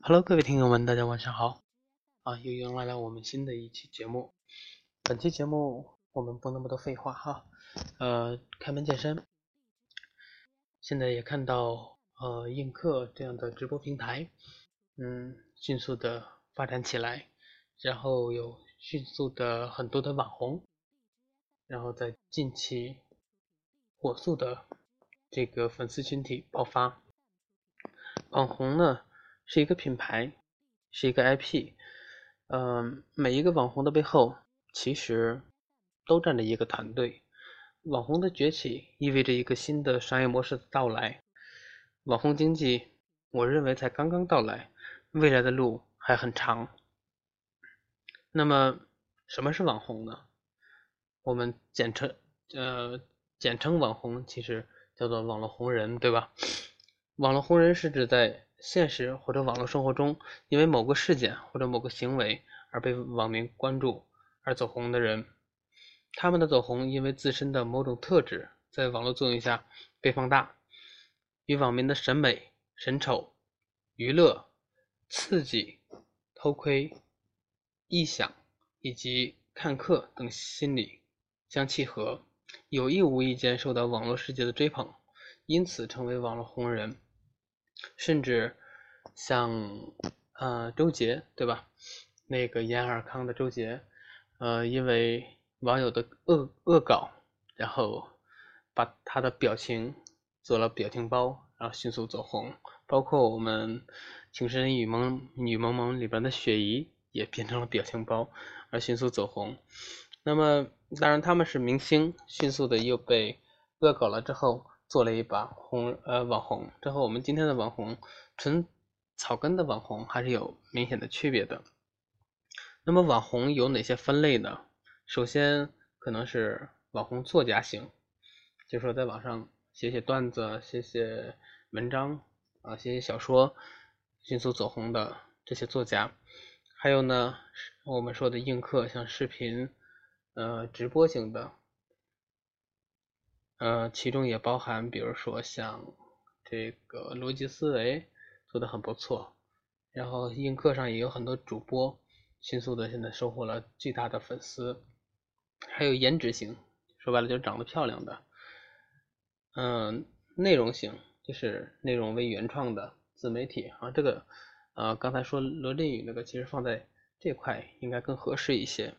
Hello，各位听友们，大家晚上好又迎来了我们新的一期节目。本期节目我们不那么多废话哈，开门见山。现在也看到映客这样的直播平台，迅速的发展起来，然后有迅速的很多的网红，然后在近期火速的这个粉丝群体爆发。网红呢是一个品牌，是一个 IP，每一个网红的背后其实都站着一个团队。网红的崛起意味着一个新的商业模式的到来。网红经济，我认为才刚刚到来，未来的路还很长。那么，什么是网红呢？我们简称网红，其实叫做网络红人，对吧？网络红人是指在现实或者网络生活中，因为某个事件或者某个行为而被网民关注而走红的人。他们的走红因为自身的某种特质在网络作用下被放大，与网民的审美、审丑、娱乐、刺激、偷窥、臆想以及看客等心理相契合，有意无意间受到网络世界的追捧，因此成为网络红人。甚至像周杰，对吧？那个演尔康的周杰，因为网友的恶搞，然后把他的表情做了表情包，然后迅速走红。包括我们情深雨蒙蒙里边的雪姨也变成了表情包，而迅速走红。那么当然他们是明星，迅速的又被恶搞了之后做了一把网红。这和我们今天的网红纯草根的网红还是有明显的区别的。那么网红有哪些分类呢？首先可能是网红作家型，就是说在网上写写段子、写写文章写写小说，迅速走红的这些作家。还有呢，我们说的映客，像视频直播型的，其中也包含比如说像这个逻辑思维做的很不错，然后映客上也有很多主播迅速的现在收获了巨大的粉丝。还有颜值型，说白了就是长得漂亮的。内容型就是内容为原创的自媒体这个刚才说罗振宇那个其实放在这块应该更合适一些。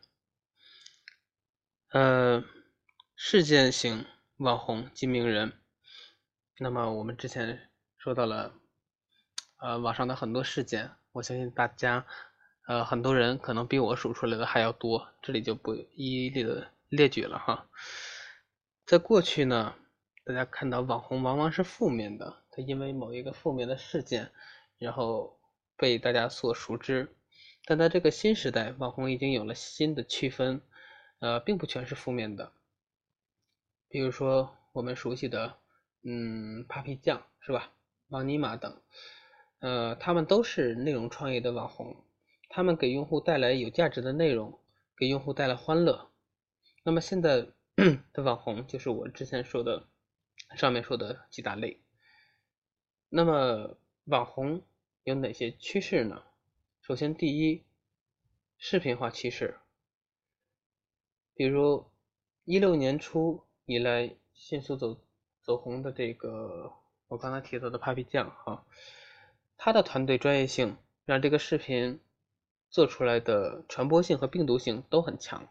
事件型网红及名人，那么我们之前说到了网上的很多事件，我相信大家很多人可能比我数出来的还要多，这里就不一一的列举了哈。在过去呢，大家看到网红往往是负面的，他因为某一个负面的事件，然后被大家所熟知。但在这个新时代，网红已经有了新的区分，并不全是负面的。比如说我们熟悉的，Papi 酱是吧？王尼玛等，他们都是内容创业的网红，他们给用户带来有价值的内容，给用户带来欢乐。那么现在的网红就是我之前说的上面说的几大类。那么网红有哪些趋势呢？首先第一，视频化趋势，比如16年初以来迅速走红的这个我刚才提到的 Papi 酱他的团队专业性让这个视频做出来的传播性和病毒性都很强。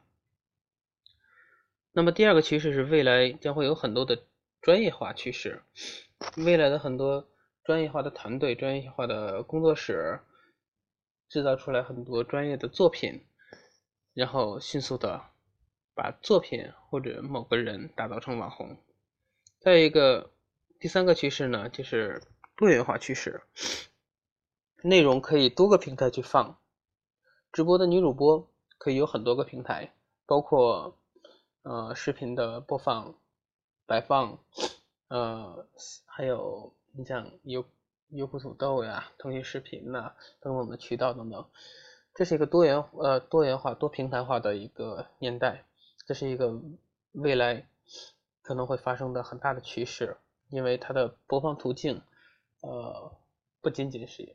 那么第二个趋势是未来将会有很多的专业化趋势，未来的很多专业化的团队、专业化的工作室制造出来很多专业的作品，然后迅速的把作品或者某个人打造成网红。再一个，第三个趋势呢，就是多元化趋势，内容可以多个平台去放，直播的女主播可以有很多个平台，包括视频的播放、摆放，还有你像优酷土豆呀、腾讯视频呐等等的渠道等等，这是一个多元化、多平台化的一个年代，这是一个未来可能会发生的很大的趋势，因为它的播放途径不仅仅是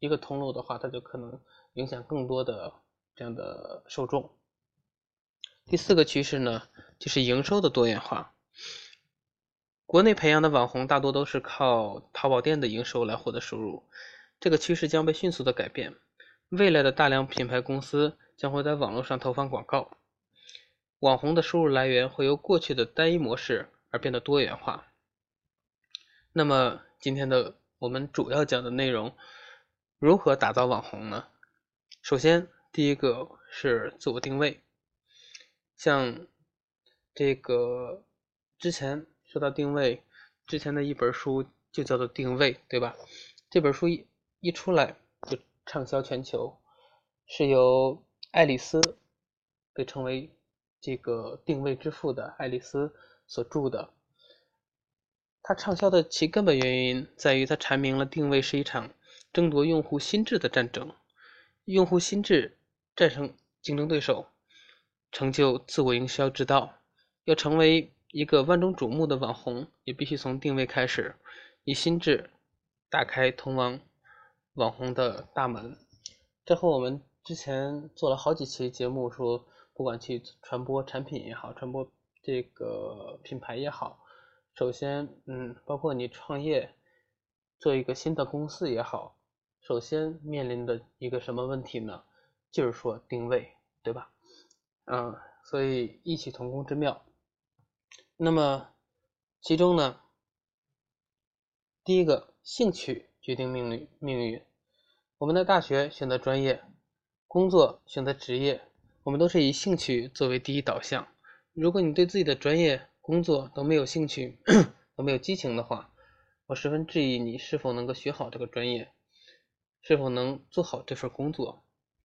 一个通路的话，它就可能影响更多的这样的受众。第4个趋势呢，就是营收的多元化。国内培养的网红大多都是靠淘宝店的营收来获得收入，这个趋势将被迅速的改变。未来的大量品牌公司将会在网络上投放广告，网红的收入来源会由过去的单一模式而变得多元化。那么今天的我们主要讲的内容，如何打造网红呢？首先，第一个是自我定位。像这个之前说到定位，之前的一本书就叫做定位，对吧？这本书一出来就畅销全球，是由爱丽丝，被称为这个定位之父的爱丽丝所著的。它畅销的其根本原因在于它阐明了定位是一场争夺用户心智的战争，用户心智战胜竞争对手，成就自我营销之道。要成为一个万众瞩目的网红，也必须从定位开始，以心智打开通往网红的大门。这和我们之前做了好几期节目说，不管去传播产品也好，传播这个品牌也好，首先包括你创业做一个新的公司也好，首先面临的一个什么问题呢？就是说定位，对吧？所以异曲同工之妙。那么其中呢，第一个，兴趣决定命运。我们的大学选择专业，工作选择职业，我们都是以兴趣作为第一导向。如果你对自己的专业工作都没有兴趣都没有激情的话，我十分质疑你是否能够学好这个专业，是否能做好这份工作。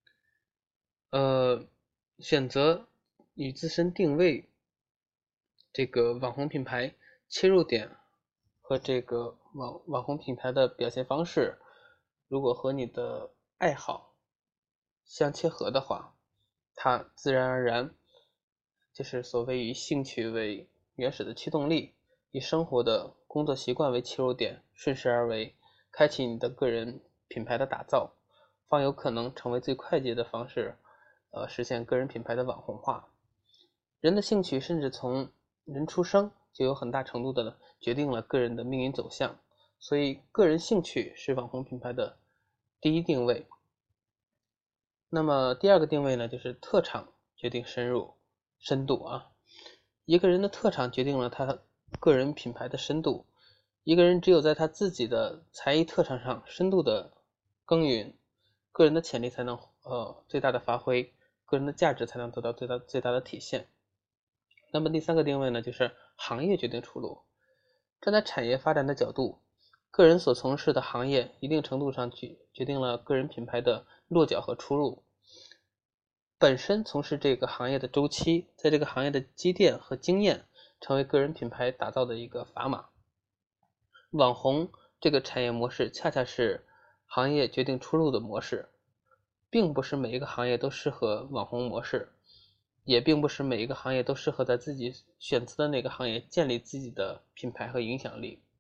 选择与自身定位这个网红品牌切入点和这个网红品牌的表现方式，如果和你的爱好相切合的话，它自然而然就是所谓以兴趣为原始的驱动力，以生活的工作习惯为切入点，顺势而为，开启你的个人品牌的打造，方有可能成为最快捷的方式，实现个人品牌的网红化。人的兴趣甚至从人出生就有很大程度的决定了个人的命运走向，所以个人兴趣是网红品牌的第一定位。那么第二个定位呢，就是特长决定深度啊。一个人的特长决定了他个人品牌的深度。一个人只有在他自己的才艺特长上深度的耕耘，个人的潜力才能最大的发挥，个人的价值才能得到最大的体现。那么第3个定位呢，就是行业决定出路。站在产业发展的角度，个人所从事的行业一定程度上决定了个人品牌的落脚和出入。本身从事这个行业的周期，在这个行业的积淀和经验，成为个人品牌打造的一个砝码。网红这个产业模式恰恰是行业决定出路的模式，并不是每一个行业都适合网红模式，也并不是每一个行业都适合在自己选择的那个行业建立自己的品牌和影响力。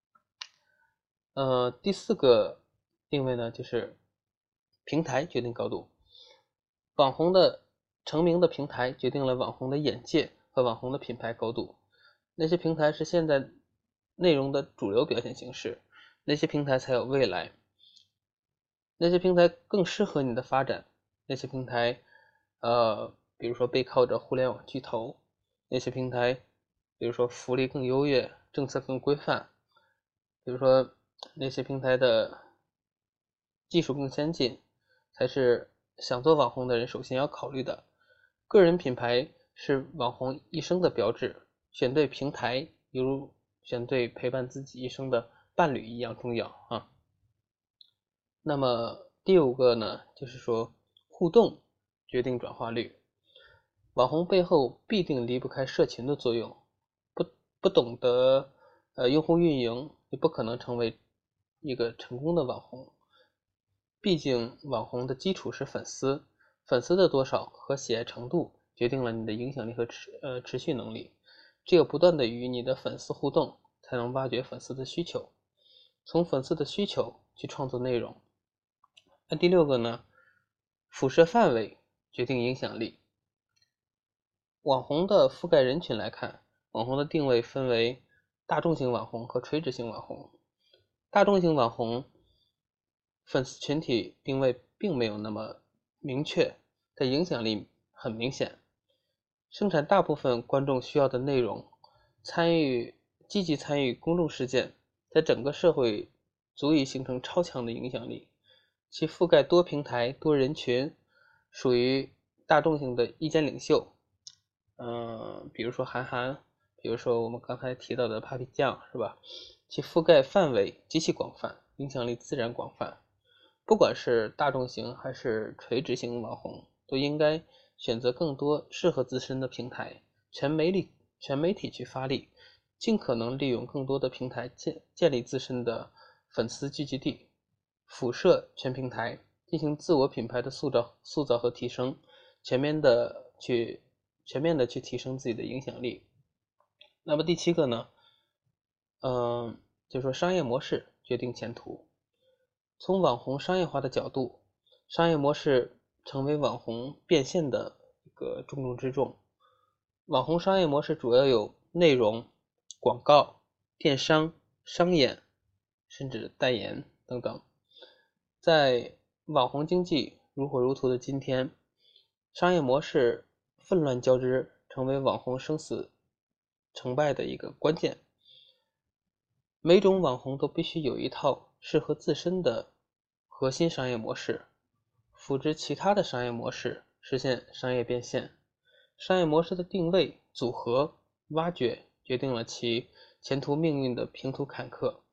第4个定位呢，就是平台决定高度。网红的成名的平台决定了网红的眼界和网红的品牌高度。那些平台是现在内容的主流表现形式，那些平台才有未来，那些平台更适合你的发展。那些平台比如说背靠着互联网巨头，那些平台比如说福利更优越，政策更规范，比如说那些平台的技术更先进，才是想做网红的人首先要考虑的。个人品牌是网红一生的标志，选对平台犹如选对陪伴自己一生的伴侣一样重要啊。那么第5个呢，就是说互动决定转化率。网红背后必定离不开社群的作用，不懂得用户运营，也不可能成为一个成功的网红。毕竟网红的基础是粉丝，粉丝的多少和喜爱程度决定了你的影响力和持续能力。只有不断的与你的粉丝互动，才能挖掘粉丝的需求，从粉丝的需求去创作内容， 那第六个呢，辐射范围决定影响力。网红的覆盖人群来看，网红的定位分为大众型网红和垂直型网红。大众型网红粉丝群体定位并没有那么明确，但影响力很明显，生产大部分观众需要的内容，积极参与公众事件，在整个社会足以形成超强的影响力。其覆盖多平台、多人群，属于大众型的意见领袖。比如说韩寒，比如说我们刚才提到的 Papi 酱，是吧？其覆盖范围极其广泛，影响力自然广泛。不管是大众型还是垂直型网红，都应该选择更多适合自身的平台，全媒体去发力，尽可能利用更多的平台建立自身的粉丝聚集地，辐射全平台，进行自我品牌的塑造和提升，全面的去提升自己的影响力。那么第七个呢，就是说商业模式决定前途。从网红商业化的角度，商业模式成为网红变现的一个重中之重。网红商业模式主要有内容、广告、电商、商演，甚至代言等等。在网红经济如火如荼的今天，商业模式纷乱交织，成为网红生死成败的一个关键。每种网红都必须有一套适合自身的核心商业模式，复制其他的商业模式，实现商业变现。商业模式的定位、组合、挖掘，决定了其前途命运的平途坎坷。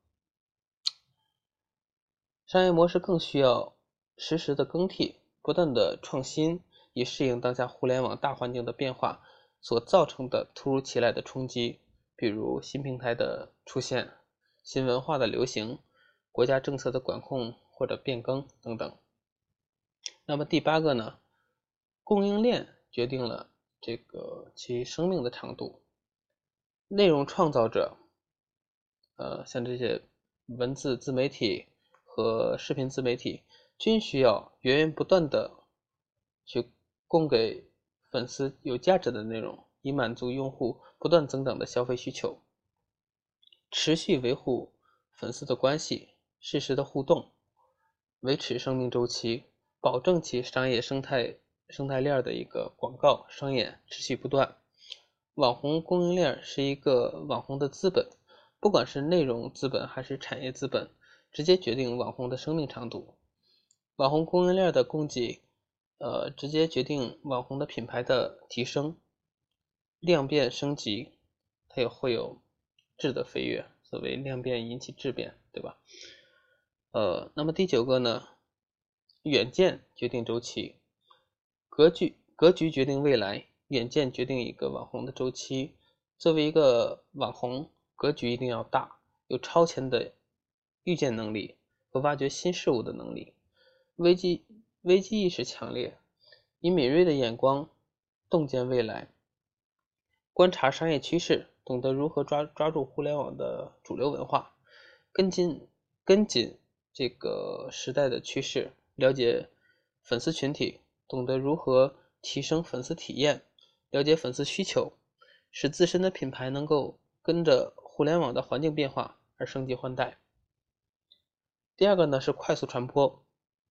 商业模式更需要实时的更替，不断的创新，以适应当下互联网大环境的变化所造成的突如其来的冲击，比如新平台的出现、新文化的流行、国家政策的管控或者变更等等。那么第八个呢，供应链决定了其生命的长度。内容创造者，像这些文字自媒体和视频自媒体，均需要源源不断的去供给粉丝有价值的内容，以满足用户不断增长的消费需求，持续维护粉丝的关系，适时的互动，维持生命周期，保证其商业生态链的一个广告商业持续不断。网红供应链是一个网红的资本，不管是内容资本还是产业资本，直接决定网红的生命长度。网红供应链的供给，直接决定网红的品牌的提升、量变升级，它也会有质的飞跃。所谓量变引起质变，对吧？那么第九个呢，远见决定周期，格局决定未来，远见决定一个网红的周期。作为一个网红，格局一定要大，有超前的预见能力和挖掘新事物的能力，危机意识强烈，以敏锐的眼光洞见未来，观察商业趋势，懂得如何抓住互联网的主流文化，跟紧这个时代的趋势，了解粉丝群体，懂得如何提升粉丝体验，了解粉丝需求，使自身的品牌能够跟着互联网的环境变化而升级换代。第二个呢是快速传播，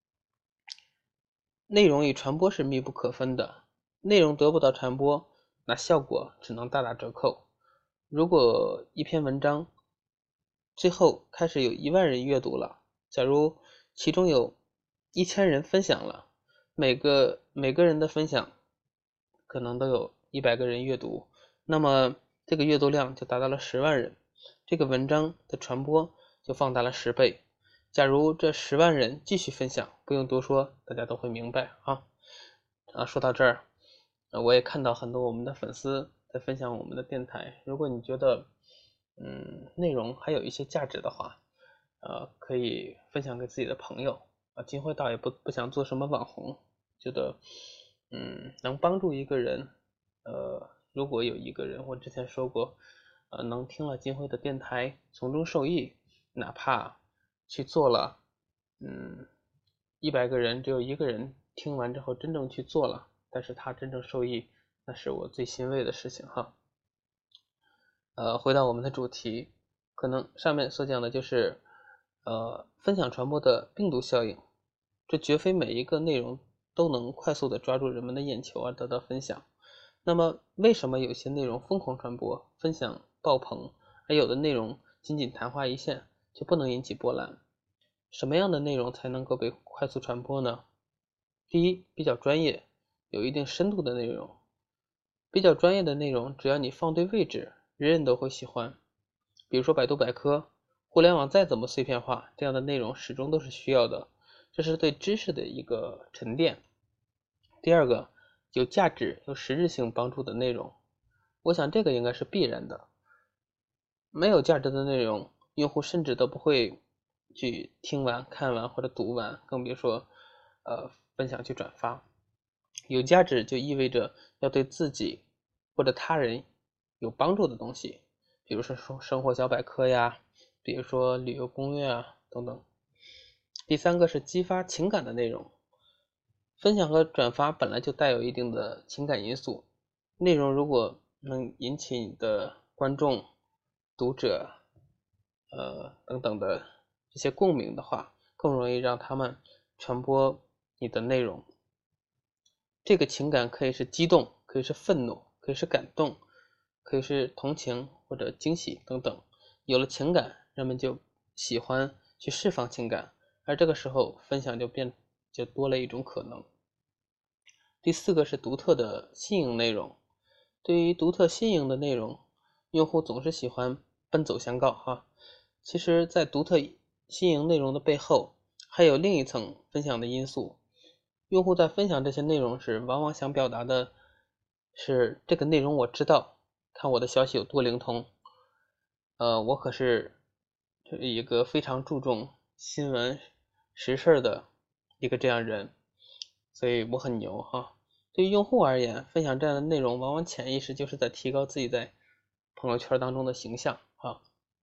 内容与传播是密不可分的，内容得不到传播，那效果只能大打折扣。如果一篇文章最后开始有10000人阅读了，假如其中有1000人分享了，每个人的分享可能都有100个人阅读，那么这个阅读量就达到了10万人，这个文章的传播就放大了10倍。假如这10万人继续分享，不用多说，大家都会明白啊。说到这儿，我也看到很多我们的粉丝在分享我们的电台。如果你觉得内容还有一些价值的话，可以分享给自己的朋友。金辉倒也不想做什么网红，觉得能帮助一个人，如果有一个人，我之前说过，能听了金辉的电台从中受益，哪怕去做了 100个人只有1个人听完之后真正去做了，但是他真正受益，那是我最欣慰的事情哈。回到我们的主题，可能上面所讲的就是分享传播的病毒效应，这绝非每一个内容都能快速的抓住人们的眼球而得到分享。那么为什么有些内容疯狂传播，分享爆棚，而有的内容仅仅昙花一现就不能引起波澜？什么样的内容才能够被快速传播呢？第一，比较专业，有一定深度的内容。比较专业的内容，只要你放对位置，人人都会喜欢。比如说百度百科，互联网再怎么碎片化，这样的内容始终都是需要的，这是对知识的一个沉淀。第二个，有价值、有实质性帮助的内容，我想这个应该是必然的。没有价值的内容，用户甚至都不会去听完、看完或者读完，更别说分享去转发。有价值就意味着要对自己或者他人有帮助的东西，比如说生活小百科呀，比如说旅游攻略啊等等。第三个是激发情感的内容，分享和转发本来就带有一定的情感因素，内容如果能引起你的观众、读者等等的这些共鸣的话，更容易让他们传播你的内容。这个情感可以是激动，可以是愤怒，可以是感动，可以是同情或者惊喜等等。有了情感，人们就喜欢去释放情感，而这个时候分享就多了一种可能。第四个是独特的新颖内容。对于独特新颖的内容，用户总是喜欢奔走相告哈。其实在独特新颖内容的背后，还有另一层分享的因素。用户在分享这些内容时，往往想表达的是这个内容我知道，看我的消息有多灵通。我可是一个非常注重新闻实事的一个这样人，所以我很牛哈。对于用户而言，分享这样的内容，往往潜意识就是在提高自己在朋友圈当中的形象啊。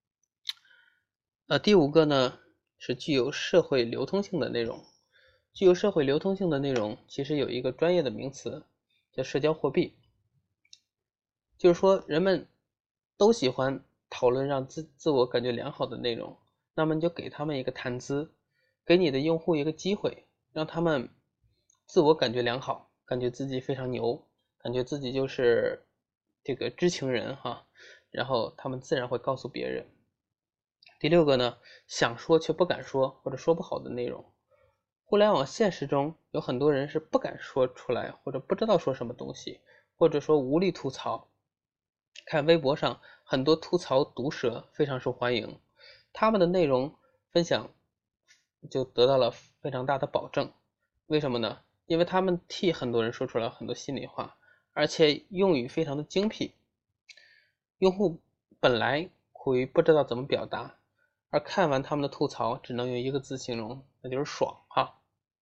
第五个呢是具有社会流通性的内容。具有社会流通性的内容，其实有一个专业的名词叫社交货币，就是说人们都喜欢讨论让自我感觉良好的内容，那么你就给他们一个谈资，给你的用户一个机会，让他们自我感觉良好，感觉自己非常牛，感觉自己就是这个知情人哈，然后他们自然会告诉别人。第六个呢，想说却不敢说或者说不好的内容。互联网现实中有很多人是不敢说出来，或者不知道说什么东西，或者说无力吐槽。看微博上很多吐槽毒舌非常受欢迎，他们的内容分享就得到了非常大的保证。为什么呢？因为他们替很多人说出了很多心里话，而且用语非常的精辟。用户本来苦于不知道怎么表达，而看完他们的吐槽，只能用一个字形容，那就是爽哈。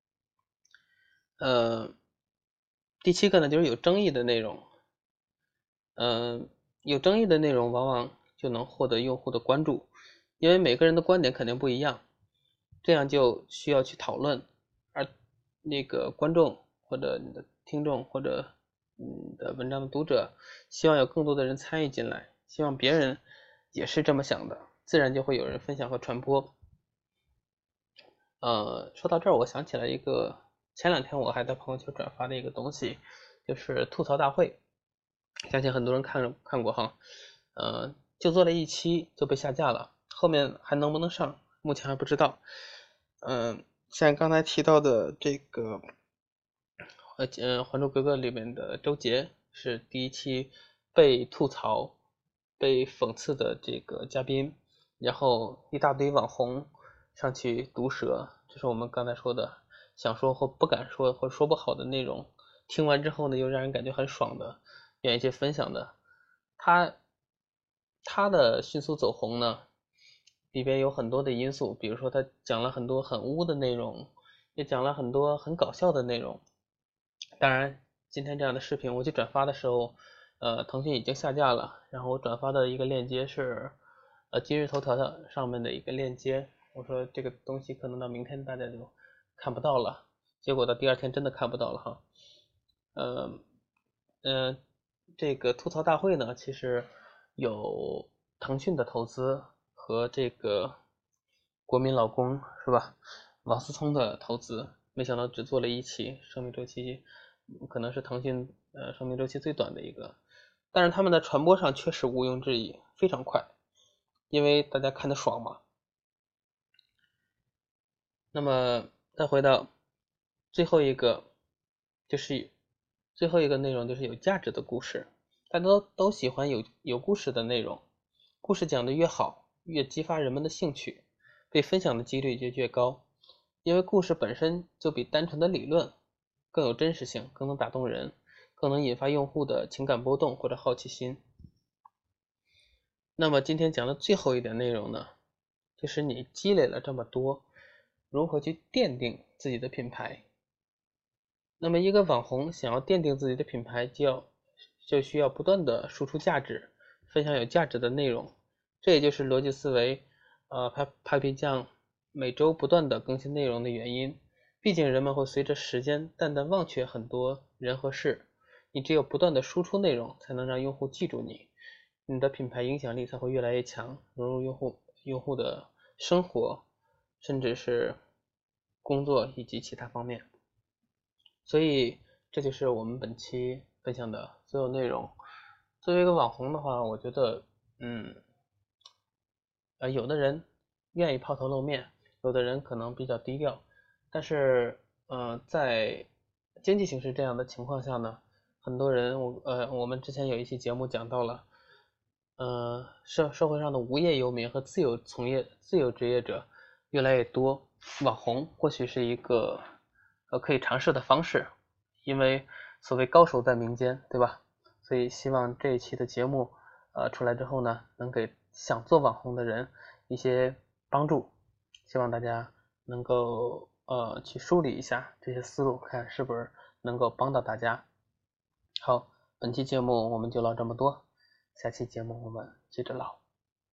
第七个呢，就是有争议的内容。有争议的内容往往就能获得用户的关注，因为每个人的观点肯定不一样，这样就需要去讨论，而那个观众或者你的听众或者你的文章的读者，希望有更多的人参与进来，希望别人也是这么想的，自然就会有人分享和传播。说到这儿，我想起来一个前2天我还在朋友圈转发的一个东西，就是吐槽大会，相信很多人看过哈。就做了一期就被下架了，后面还能不能上，目前还不知道。像刚才提到的这个，还珠格格》里面的周杰是第一期被吐槽、被讽刺的这个嘉宾，然后一大堆网红上去毒舌，这是我们刚才说的想说或不敢说或说不好的内容，听完之后呢又让人感觉很爽的，愿意去分享的。他的迅速走红呢，里边有很多的因素，比如说他讲了很多很污的内容，也讲了很多很搞笑的内容。当然，今天这样的视频我去转发的时候，腾讯已经下架了，然后我转发的一个链接是，今日头条上面的一个链接，我说这个东西可能到明天大家就看不到了，结果到第二天真的看不到了哈。这个吐槽大会呢，其实有腾讯的投资和这个国民老公是吧，王思聪的投资，没想到只做了一期，生命周期可能是腾讯生命周期最短的一个，但是他们的传播上确实毋庸置疑，非常快，因为大家看得爽嘛。那么再回到最后一个，就是最后一个内容，就是有价值的故事。大家都喜欢有故事的内容，故事讲得越好，越激发人们的兴趣，被分享的几率就越高。因为故事本身就比单纯的理论更有真实性，更能打动人，更能引发用户的情感波动或者好奇心。那么今天讲的最后一点内容呢，就是你积累了这么多，如何去奠定自己的品牌。那么一个网红想要奠定自己的品牌，就需要不断的输出价值，分享有价值的内容。这也就是逻辑思维Papi 酱每周不断的更新内容的原因。毕竟人们会随着时间淡淡忘却很多人和事，你只有不断的输出内容，才能让用户记住你，你的品牌影响力才会越来越强，融入用户的生活，甚至是工作以及其他方面。所以这就是我们本期分享的所有内容。作为一个网红的话，我觉得，有的人愿意抛头露面，有的人可能比较低调，但是，在经济形势这样的情况下呢，很多人，我们之前有一期节目讲到了，社会上的无业游民和自由职业者越来越多，网红或许是一个可以尝试的方式，因为所谓高手在民间，对吧？所以希望这一期的节目出来之后呢，能给想做网红的人一些帮助，希望大家能够去梳理一下这些思路，看是不是能够帮到大家。好，本期节目我们就唠这么多，下期节目我们接着唠。